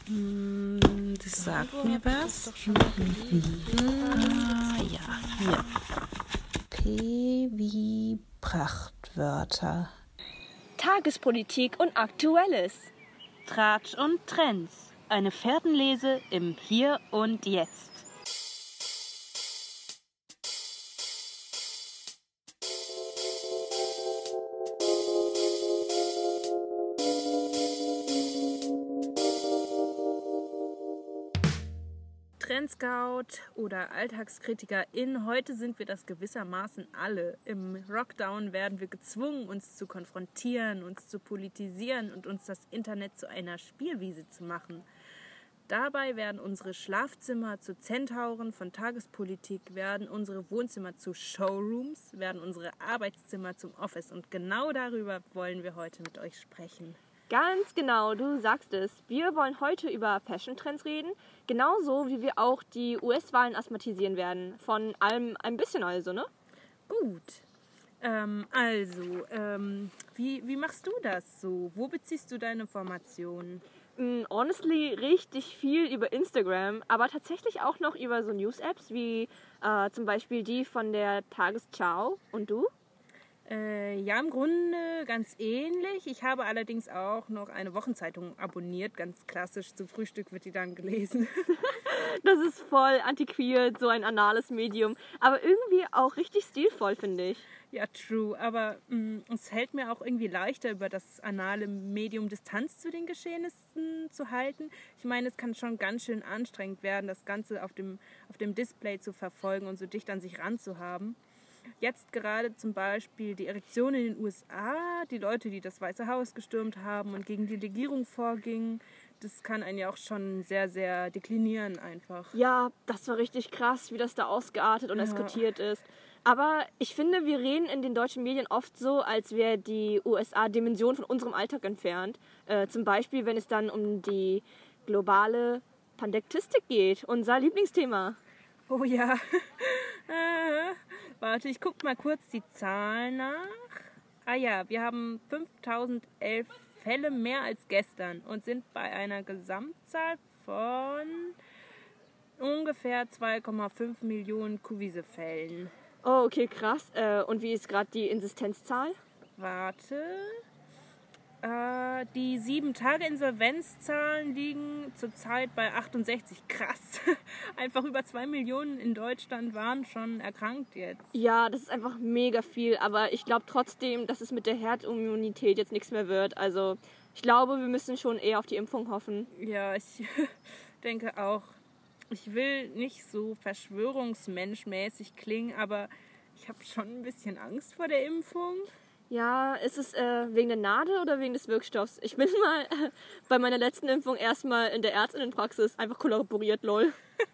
Das sagt mir was. Ja, hier. P wie Prachtwörter. Tagespolitik und Aktuelles. Tratsch und Trends. Eine Fährtenlese im Hier und Jetzt. Trendscout oder AlltagskritikerInnen, heute sind wir das gewissermaßen alle. Im Lockdown werden wir gezwungen, uns zu konfrontieren, uns zu politisieren und uns das Internet zu einer Spielwiese zu machen. Dabei werden unsere Schlafzimmer zu Zentauren von Tagespolitik, werden unsere Wohnzimmer zu Showrooms, werden unsere Arbeitszimmer zum Office. Und genau darüber wollen wir heute mit euch sprechen. Ganz genau, du sagst es. Wir wollen heute über Fashion-Trends reden, genauso wie wir auch die US-Wahlen asthmatisieren werden. Von allem ein bisschen also, ne? Gut. Wie machst du das so? Wo beziehst du deine Informationen? Honestly, richtig viel über Instagram, aber tatsächlich auch noch über so News-Apps wie zum Beispiel die von der Tagesschau. Und du? Ja, im Grunde ganz ähnlich. Ich habe allerdings auch noch eine Wochenzeitung abonniert. Ganz klassisch, zum Frühstück wird die dann gelesen. Das ist voll antiquiert, so ein anales Medium. Aber irgendwie auch richtig stilvoll, finde ich. Ja, true. Aber es fällt mir auch irgendwie leichter, über das anale Medium Distanz zu den Geschehnissen zu halten. Ich meine, es kann schon ganz schön anstrengend werden, das Ganze auf dem Display zu verfolgen und so dicht an sich ranzuhaben. Jetzt gerade zum Beispiel die Erektion in den USA, die Leute, die das Weiße Haus gestürmt haben und gegen die Regierung vorgingen, das kann einen ja auch schon sehr, sehr deklinieren einfach. Ja, das war richtig krass, wie das da ausgeartet und eskaliert ist. Aber ich finde, wir reden in den deutschen Medien oft so, als wäre die USA-Dimension von unserem Alltag entfernt. Zum Beispiel, wenn es dann um die globale Pandektistik geht, unser Lieblingsthema. Oh ja. Warte, ich gucke mal kurz die Zahlen nach. Ah ja, wir haben 5011 Fälle mehr als gestern und sind bei einer Gesamtzahl von ungefähr 2,5 Millionen Covid-Fällen. Oh, okay, krass. Und wie ist gerade die Inzidenzzahl? Warte. Die 7-Tage-Insolvenzzahlen liegen zurzeit bei 68. Krass. Einfach über 2 Millionen in Deutschland waren schon erkrankt jetzt. Ja, das ist einfach mega viel. Aber ich glaube trotzdem, dass es mit der Herdimmunität jetzt nichts mehr wird. Also ich glaube, wir müssen schon eher auf die Impfung hoffen. Ja, ich denke auch. Ich will nicht so verschwörungsmenschmäßig klingen, aber ich habe schon ein bisschen Angst vor der Impfung. Ja, ist es wegen der Nadel oder wegen des Wirkstoffs? Ich bin mal bei meiner letzten Impfung erstmal in der Ärztinnenpraxis einfach kollaboriert, lol.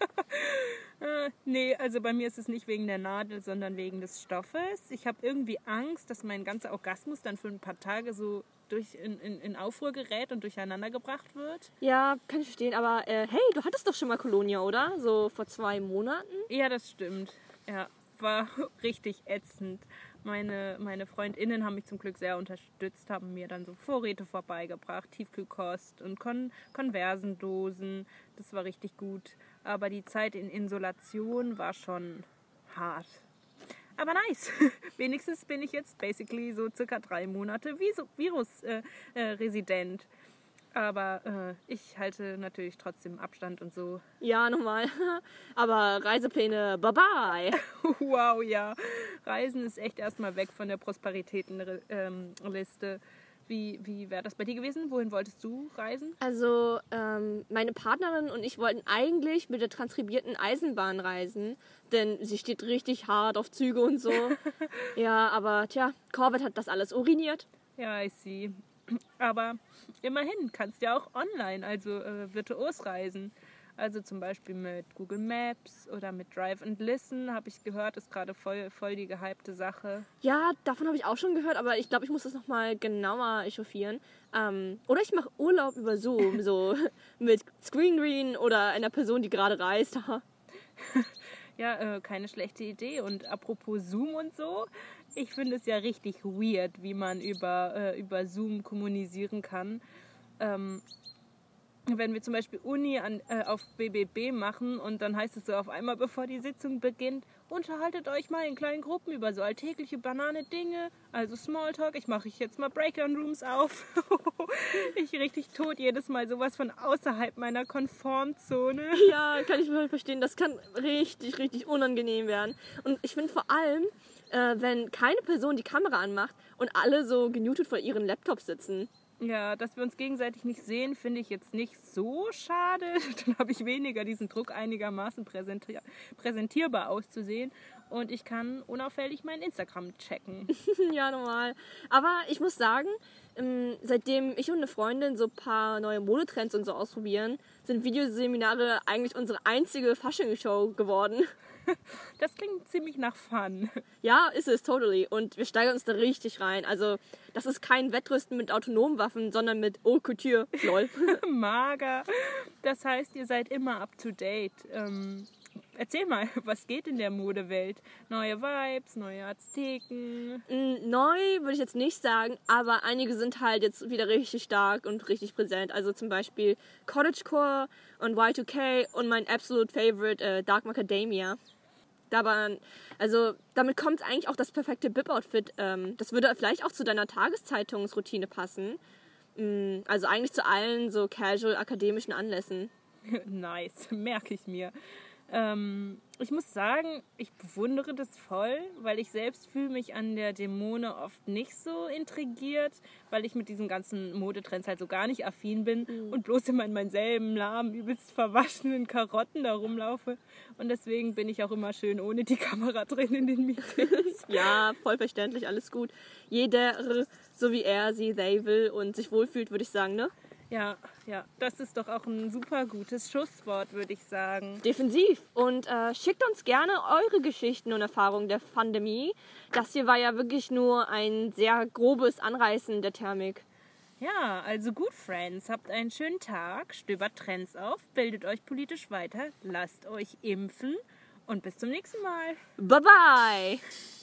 Nee, also bei mir ist es nicht wegen der Nadel, sondern wegen des Stoffes. Ich habe irgendwie Angst, dass mein ganzer Orgasmus dann für ein paar Tage so in Aufruhr gerät und durcheinander gebracht wird. Ja, kann ich verstehen, aber hey, du hattest doch schon mal Kolonia, oder? So vor 2 Monaten? Ja, das stimmt. Ja, war richtig ätzend. Meine FreundInnen haben mich zum Glück sehr unterstützt, haben mir dann so Vorräte vorbeigebracht, Tiefkühlkost und Konversendosen. Das war richtig gut. Aber die Zeit in Isolation war schon hart. Aber nice. Wenigstens bin ich jetzt basically so circa 3 Monate Virus-Resident. Aber ich halte natürlich trotzdem Abstand und so. Ja, nochmal. Aber Reisepläne, bye bye. Wow, ja. Reisen ist echt erstmal weg von der Prosperitätenliste. Wie wäre das bei dir gewesen? Wohin wolltest du reisen? Also meine Partnerin und ich wollten eigentlich mit der transkribierten Eisenbahn reisen, denn sie steht richtig hart auf Züge und so. Ja, aber tja, Corbett hat das alles uriniert. Ja, ich sehe. Aber immerhin kannst du ja auch online, also virtuos reisen. Also zum Beispiel mit Google Maps oder mit Drive and Listen, habe ich gehört, ist gerade voll die gehypte Sache. Ja, davon habe ich auch schon gehört, aber ich glaube, ich muss das nochmal genauer echauffieren. Oder ich mache Urlaub über Zoom, so mit Screengreen oder einer Person, die gerade reist. Ja, keine schlechte Idee. Und apropos Zoom und so, ich finde es ja richtig weird, wie man über Zoom kommunizieren kann. wenn wir zum Beispiel Uni auf BBB machen und dann heißt es so auf einmal, bevor die Sitzung beginnt, unterhaltet euch mal in kleinen Gruppen über so alltägliche banale Dinge, also Smalltalk. Ich mache jetzt mal Breakdown-Rooms auf. Ich richtig tot jedes Mal sowas von außerhalb meiner Komfortzone. Ja, kann ich voll verstehen. Das kann richtig, richtig unangenehm werden. Und ich finde vor allem, wenn keine Person die Kamera anmacht und alle so gemutet vor ihren Laptops sitzen. Ja, dass wir uns gegenseitig nicht sehen, finde ich jetzt nicht so schade. Dann habe ich weniger diesen Druck, einigermaßen präsentierbar auszusehen. Und ich kann unauffällig mein Instagram checken. Ja, normal. Aber ich muss sagen, seitdem ich und eine Freundin so ein paar neue Modetrends und so ausprobieren, sind Videoseminare eigentlich unsere einzige Fashion-Show geworden. Das klingt ziemlich nach Fun. Ja, ist es, totally. Und wir steigern uns da richtig rein. Also, das ist kein Wettrüsten mit autonomen Waffen, sondern mit Haute Couture. Lol. Mager. Das heißt, ihr seid immer up to date. Erzähl mal, was geht in der Modewelt? Neue Vibes, neue Azteken? Neu würde ich jetzt nicht sagen, aber einige sind halt jetzt wieder richtig stark und richtig präsent. Also zum Beispiel Cottagecore und Y2K und mein absolute Favorite Dark Macadamia. Damit kommt eigentlich auch das perfekte Bib-Outfit. Das würde vielleicht auch zu deiner Tageszeitungsroutine passen. Also eigentlich zu allen so casual akademischen Anlässen. Nice, merke ich mir. Ich muss sagen, ich bewundere das voll, weil ich selbst fühle mich an der Demone oft nicht so intrigiert, weil ich mit diesen ganzen Modetrends halt so gar nicht affin bin und bloß immer in meinen selben lahmen, übelst verwaschenen Karotten da rumlaufe. Und deswegen bin ich auch immer schön ohne die Kamera drin in den Meetings. Ja, voll verständlich, alles gut. Jeder, so wie er, sie, they will und sich wohlfühlt, würde ich sagen, ne? Ja, das ist doch auch ein super gutes Schlusswort, würde ich sagen. Definitiv. Und schickt uns gerne eure Geschichten und Erfahrungen der Pandemie. Das hier war ja wirklich nur ein sehr grobes Anreißen der Thermik. Ja, also gut, Friends. Habt einen schönen Tag, stöbert Trends auf, bildet euch politisch weiter, lasst euch impfen und bis zum nächsten Mal. Bye bye!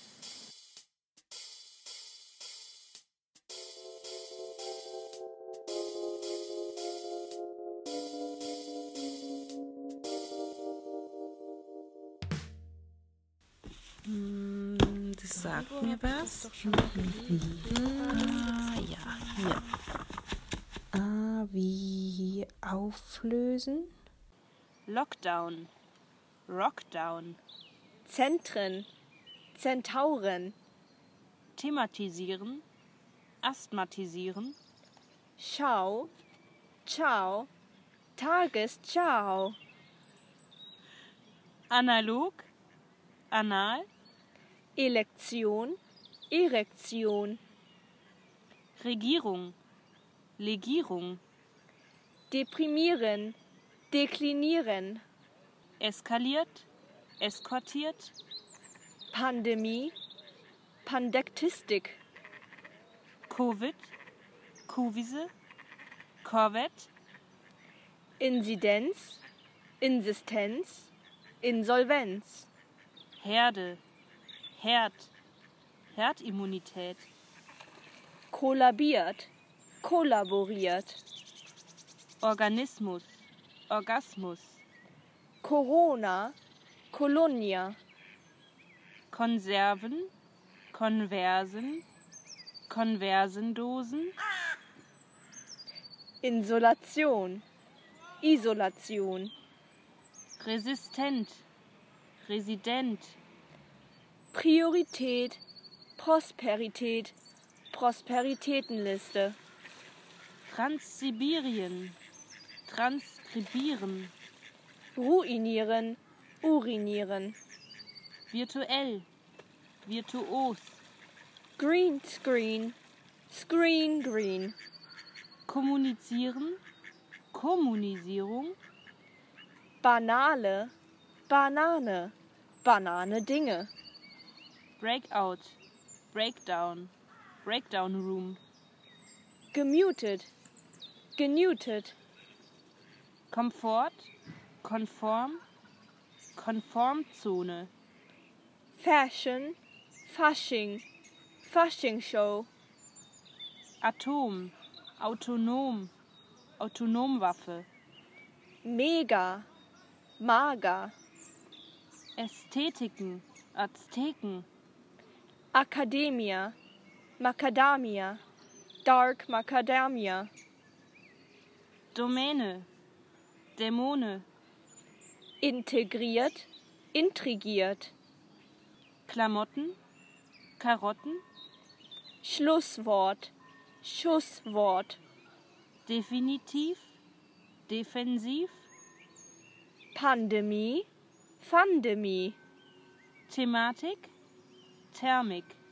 Das sagt mir was. Ja, hier. Wie auflösen? Lockdown, Rockdown, Zentren, Zentauren, thematisieren, asthmatisieren, Schau, Ciao, Tagesschau, analog, anal, Elektion, Erektion, Regierung, Legierung, deprimieren, deklinieren, eskaliert, eskortiert, Pandemie, Pandektistik, Covid, Kuvise, Corvette, Inzidenz, Insistenz, Insolvenz, Herde, Herd, Herdimmunität, kollabiert, kollaboriert, Organismus, Orgasmus, Corona, Kolonia, Konserven, Konversen, Konversendosen, Insolation, Isolation, resistent, resident, Priorität, Prosperität, Prosperitätenliste, Transsibirien, transkribieren, ruinieren, urinieren, virtuell, virtuos, Greenscreen, Screen Green, kommunizieren, Kommunisierung, Banale, Banane, Banane Dinge, Breakout, Breakdown, Breakdown Room, gemutet, genutet, Komfort, konform, Konformzone, Fashion, Fasching, Faschingshow, Atom, autonom, Autonomwaffe, mega, mager, Ästhetiken, Azteken, Academia, Macadamia, Dark Macadamia, Domäne, Dämone, integriert, intrigiert, Klamotten, Karotten, Schlusswort, Schusswort, definitiv, defensiv, Pandemie, Phandemie, Thematik, Thermik.